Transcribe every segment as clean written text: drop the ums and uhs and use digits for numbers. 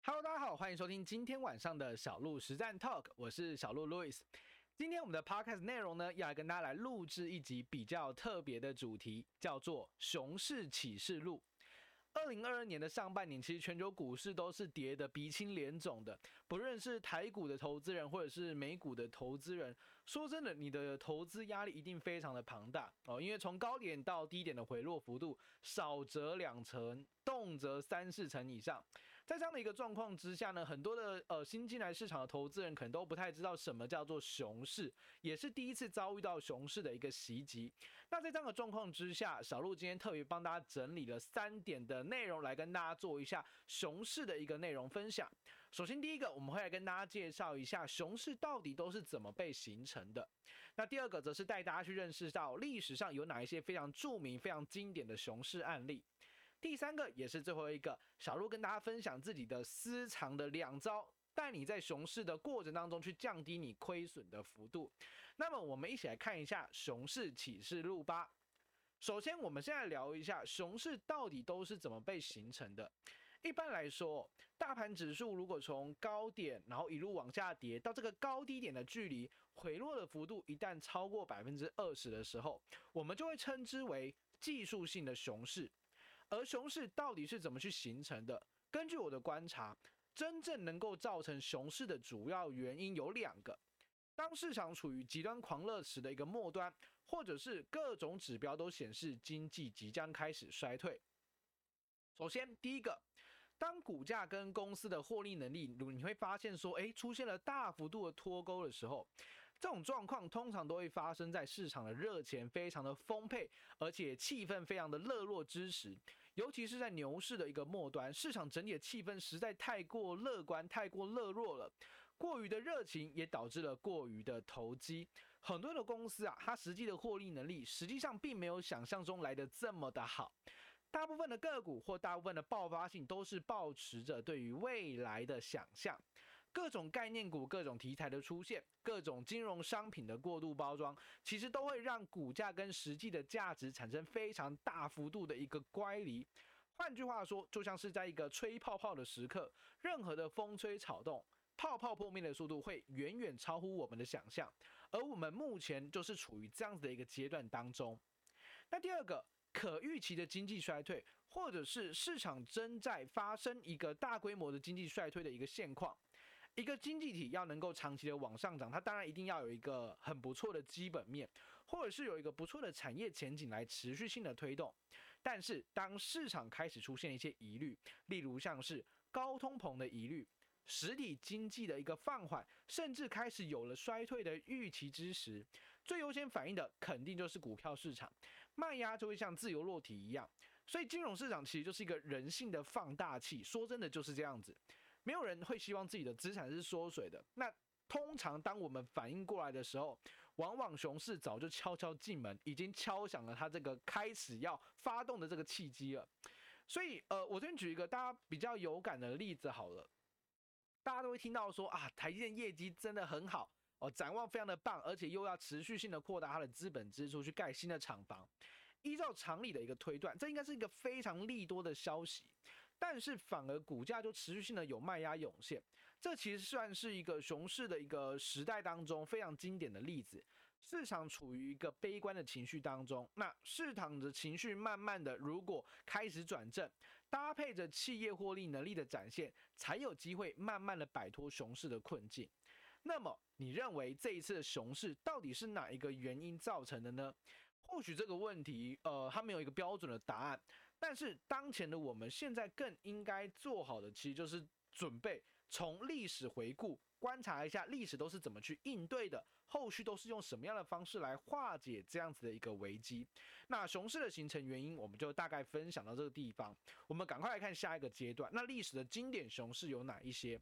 Hello，大家好，欢迎收听今天晚上的小鹿实战 Talk， 我是小鹿 Louis。今天我们的 Podcast 内容呢，要来跟大家来录制一集比较特别的主题，叫做熊市启示录。2022年的上半年，其实全球股市都是跌得鼻青脸肿的，不论是台股的投资人或者是美股的投资人，说真的，你的投资压力一定非常的庞大哦，因为从高点到低点的回落幅度少则2成。动辄3-4成以上，在这样的一个状况之下呢，很多的新进来市场的投资人可能都不太知道什么叫做熊市，也是第一次遭遇到熊市的一个袭击。那在这样的状况之下，小鹿今天特别帮大家整理了3点的内容来跟大家做一下熊市的一个内容分享。首先第一个，我们会来跟大家介绍一下熊市到底都是怎么被形成的。那第二个则是带大家去认识到历史上有哪一些非常著名、非常经典的熊市案例。第三个也是最后一个，小鹿跟大家分享自己的私藏的2招，带你在熊市的过程当中去降低你亏损的幅度。那么我们一起来看一下熊市启示录吧。首先我们现在聊一下熊市到底都是怎么被形成的。一般来说，大盘指数如果从高点然后一路往下跌到这个高低点的距离，回落的幅度一旦超过20%的时候，我们就会称之为技术性的熊市。而熊市到底是怎么去形成的？根据我的观察，真正能够造成熊市的主要原因有2个。当市场处于极端狂热时的一个末端，或者是各种指标都显示经济即将开始衰退。首先，第一个，当股价跟公司的获利能力，你会发现说，出现了大幅度的脱钩的时候，这种状况通常都会发生在市场的热钱非常的丰沛，而且气氛非常的热络之时，尤其是在牛市的一个末端，市场整体的气氛实在太过乐观、太过热络了，过于的热情也导致了过于的投机。很多的公司啊，它实际的获利能力实际上并没有想象中来的这么的好。大部分的个股或大部分的爆发性都是抱持着对于未来的想象，各种概念股、各种题材的出现，各种金融商品的过度包装，其实都会让股价跟实际的价值产生非常大幅度的一个乖离。换句话说，就像是在一个吹泡泡的时刻，任何的风吹草动，泡泡破灭的速度会远远超乎我们的想象，而我们目前就是处于这样子的一个阶段当中。那第二个，可预期的经济衰退，或者是市场正在发生一个大规模的经济衰退的一个现况。一个经济体要能够长期的往上涨，它当然一定要有一个很不错的基本面，或者是有一个不错的产业前景来持续性的推动。但是当市场开始出现一些疑虑，例如像是高通膨的疑虑，实体经济的一个放缓，甚至开始有了衰退的预期之时，最优先反应的肯定就是股票市场，卖压就会像自由落体一样。所以金融市场其实就是一个人性的放大器，说真的就是这样子。没有人会希望自己的资产是缩水的。那通常当我们反应过来的时候，往往熊市早就悄悄进门，已经敲响了它这个开始要发动的这个契机了。所以我这边举一个大家比较有感的例子好了。大家都会听到说啊，台积电业绩真的很好哦，展望非常的棒，而且又要持续性的扩大它的资本支出去盖新的厂房。依照常理的一个推断，这应该是一个非常利多的消息，但是反而股价就持续性的有卖压涌现。这其实算是一个熊市的一个时代当中非常经典的例子。市场处于一个悲观的情绪当中，那市场的情绪慢慢的如果开始转正，搭配着企业获利能力的展现，才有机会慢慢的摆脱熊市的困境。那么你认为这一次的熊市到底是哪一个原因造成的呢？或许这个问题它没有一个标准的答案，但是当前的我们现在更应该做好的其实就是准备从历史回顾观察一下历史都是怎么去应对的，后续都是用什么样的方式来化解这样子的一个危机。那熊市的形成原因我们就大概分享到这个地方，我们赶快来看下一个阶段。那历史的经典熊市有哪一些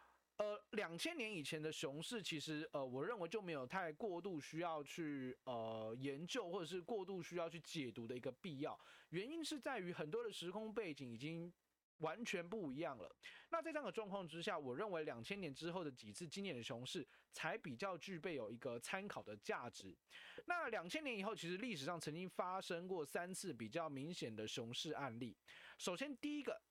？2000年以前的熊市，其实我认为就没有太过度需要去研究，或者是过度需要去解读的一个必要。原因是在于很多的时空背景已经完全不一样了。那在这样的状况之下，我认为2000年之后的几次经典的熊市才比较具备有一个参考的价值。那2000年以后，其实历史上曾经发生过3次比较明显的熊市案例。首先第一个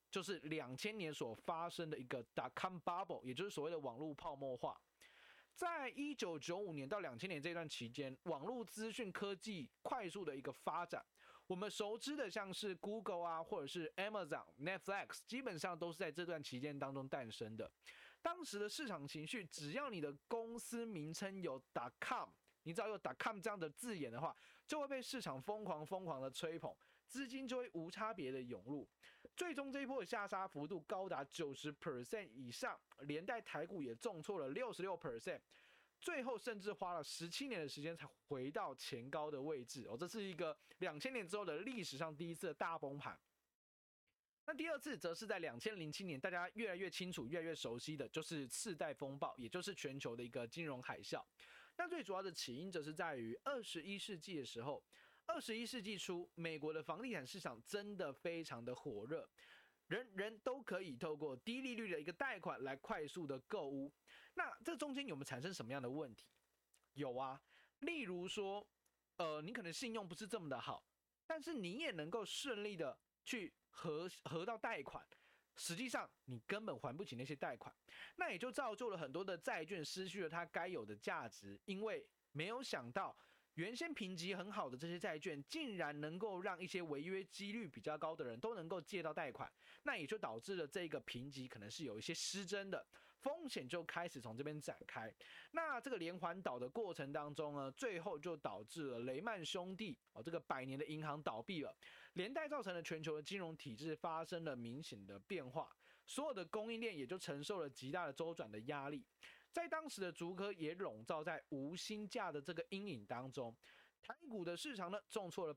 就是2000年所发生的一个 dot-com bubble， 也就是所谓的网络泡沫化。在1995年到2000年这段期间，网络资讯科技快速的一个发展，我们熟知的像是 Google 啊，或者是 Amazon、Netflix， 基本上都是在这段期间当中诞生的。当时的市场情绪，只要你的公司名称有 .com， 你只要有 .com 这样的字眼的话，就会被市场疯狂的吹捧，资金就会无差别的涌入。最终这一波的下杀幅度高达 90% 以上，连带台股也重挫了 66%， 最后甚至花了17年的时间才回到前高的位置。这是一个2000年之后的历史上第一次的大崩盘。那第二次则是在2007年，大家越来越清楚、越来越熟悉的就是次贷风暴，也就是全球的一个金融海啸。那最主要的起因则是在于21世纪的时候，21世纪初，美国的房地产市场真的非常的火热，人都可以透过低利率的一个贷款来快速的购屋。那这中间有没有产生什么样的问题？有啊，例如说，你可能信用不是这么的好，但是你也能够顺利的去核到贷款，实际上你根本还不起那些贷款，那也就造就了很多的债券失去了它该有的价值，因为没有想到原先评级很好的这些债券，竟然能够让一些违约几率比较高的人都能够借到贷款，那也就导致了这个评级可能是有一些失真的。风险就开始从这边展开。那这个连环倒的过程当中呢，最后就导致了雷曼兄弟这个100年的银行倒闭了，连带造成了全球的金融体制发生了明显的变化，所有的供应链也就承受了极大的周转的压力。在当时的竹科也笼罩在无薪假的这个阴影当中，台股的市场呢重挫了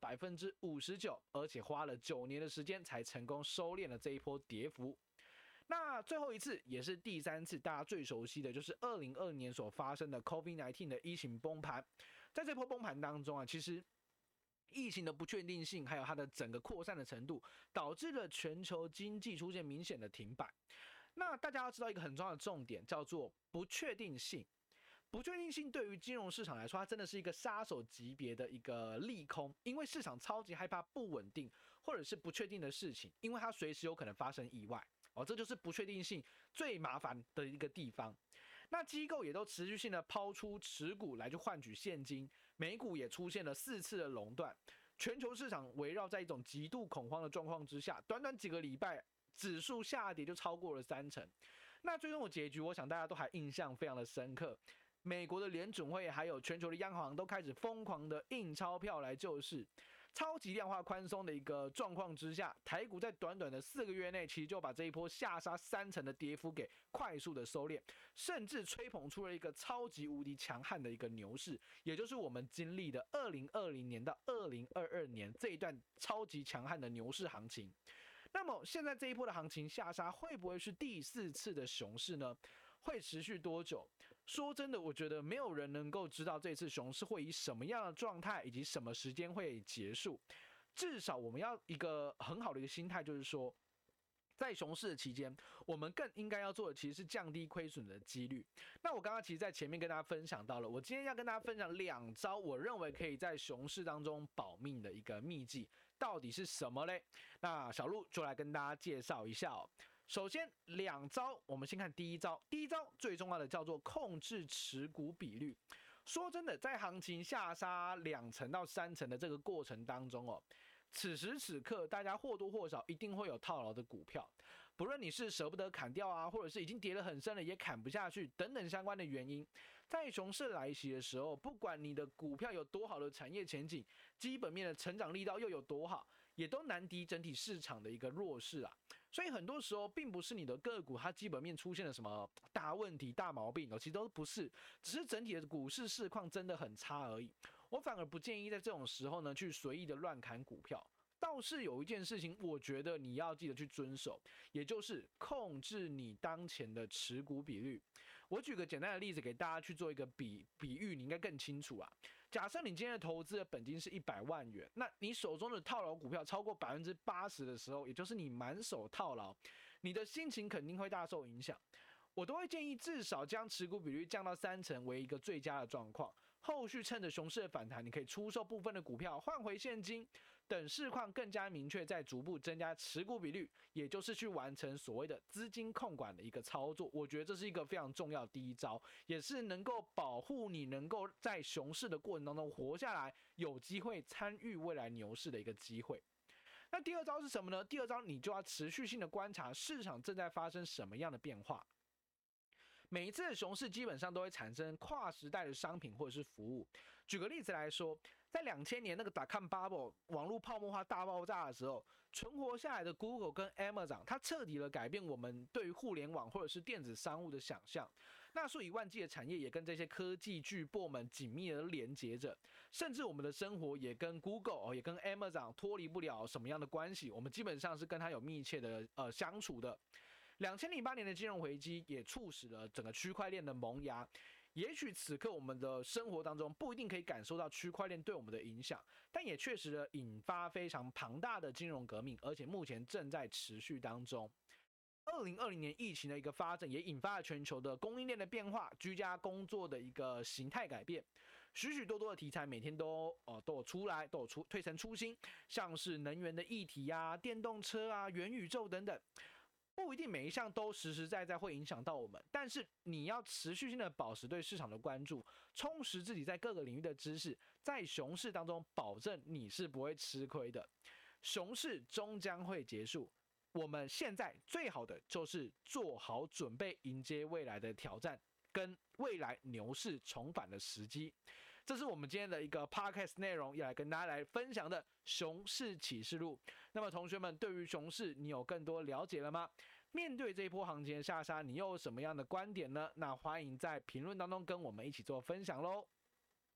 59%，而且花了9年的时间才成功收敛了这一波跌幅。那最后一次也是第3次，大家最熟悉的就是2020年所发生的 COVID-19 的疫情崩盘。在这波崩盘当中啊，其实疫情的不确定性，还有它的整个扩散的程度，导致了全球经济出现明显的停摆。那大家要知道一个很重要的重点，叫做不确定性。不确定性对于金融市场来说，它真的是一个杀手级别的一个利空，因为市场超级害怕不稳定或者是不确定的事情，因为它随时有可能发生意外。这就是不确定性最麻烦的一个地方。那机构也都持续性的抛出持股来去换取现金，美股也出现了4次的垄断，全球市场围绕在一种极度恐慌的状况之下，短短几个礼拜，指数下跌就超过了30%。那最终的结局，我想大家都还印象非常的深刻。美国的联准会还有全球的央行都开始疯狂的印钞票来救市。超级量化宽松的一个状况之下，台股在短短的4个月内，其实就把这一波下杀30%的跌幅给快速的收敛，甚至吹捧出了一个超级无敌强悍的一个牛市，也就是我们经历的2020年到2022年这一段超级强悍的牛市行情。那么现在这一波的行情下杀，会不会是第4次的熊市呢？会持续多久？说真的，我觉得没有人能够知道这次熊市会以什么样的状态以及什么时间会结束。至少我们要一个很好的一个心态，就是说，在熊市的期间，我们更应该要做的其实是降低亏损的几率。那我刚刚其实在前面跟大家分享到了，我今天要跟大家分享2招我认为可以在熊市当中保命的一个秘籍，到底是什么嘞？那小鹿就来跟大家介绍一下。首先2招，我们先看第一招。第一招最重要的叫做控制持股比率。说真的，在行情下杀2%到3%的这个过程当中此时此刻大家或多或少一定会有套牢的股票，不论你是舍不得砍掉啊，或者是已经跌得很深了也砍不下去等等相关的原因，在熊市来袭的时候，不管你的股票有多好的产业前景，基本面的成长力道又有多好，也都难敌整体市场的一个弱势啊。所以很多时候并不是你的个股它基本面出现了什么大问题、大毛病其实都不是，只是整体的股市市况真的很差而已。我反而不建议在这种时候呢去随意的乱砍股票。倒是有一件事情，我觉得你要记得去遵守，也就是控制你当前的持股比率。我举个简单的例子给大家去做一个比喻，你应该更清楚啊。假设你今天的投资的本金是100万元，那你手中的套牢股票超过80%的时候，也就是你满手套牢，你的心情肯定会大受影响。我都会建议至少将持股比率降到30%为一个最佳的状况。后续趁着熊市的反弹，你可以出售部分的股票换回现金， 等市况更加明确，再逐步增加持股比率，也就是去完成所谓的资金控管的一个操作。我觉得这是一个非常重要的第一招，也是能够保护你能够在熊市的过程当中活下来，有机会参与未来牛市的一个机会。那第二招是什么呢？第二招你就要持续性的观察市场正在发生什么样的变化。每一次的熊市基本上都会产生跨时代的商品或者是服务。举个例子来说，在2000年那个 .com bubble 网络泡沫化大爆炸的时候，存活下来的 Google 跟 Amazon， 它彻底的改变我们对于互联网或者是电子商务的想象。那数以万计的产业也跟这些科技巨擘们紧密的连接着，甚至我们的生活也跟 Google 也跟 Amazon 脱离不了什么样的关系，我们基本上是跟它有密切的相处的。2008年的金融危机也促使了整个区块链的萌芽。也许此刻我们的生活当中不一定可以感受到区块链对我们的影响，但也确实的引发非常庞大的金融革命，而且目前正在持续当中。2020年疫情的一个发展，也引发了全球的供应链的变化，居家工作的一个形态改变。许许多多的题材每天都有出来，都有推陈出新，像是能源的议题啊、电动车啊、元宇宙等等。不一定每一项都实实在在会影响到我们，但是你要持续性的保持对市场的关注，充实自己在各个领域的知识，在熊市当中保证你是不会吃亏的。熊市终将会结束，我们现在最好的就是做好准备，迎接未来的挑战跟未来牛市重返的时机。这是我们今天的一个 podcast 内容，要来跟大家来分享的熊市启示录。那么同学们，对于熊市你有更多了解了吗？面对这一波行情的下杀，你又有什么样的观点呢？那欢迎在评论当中跟我们一起做分享咯。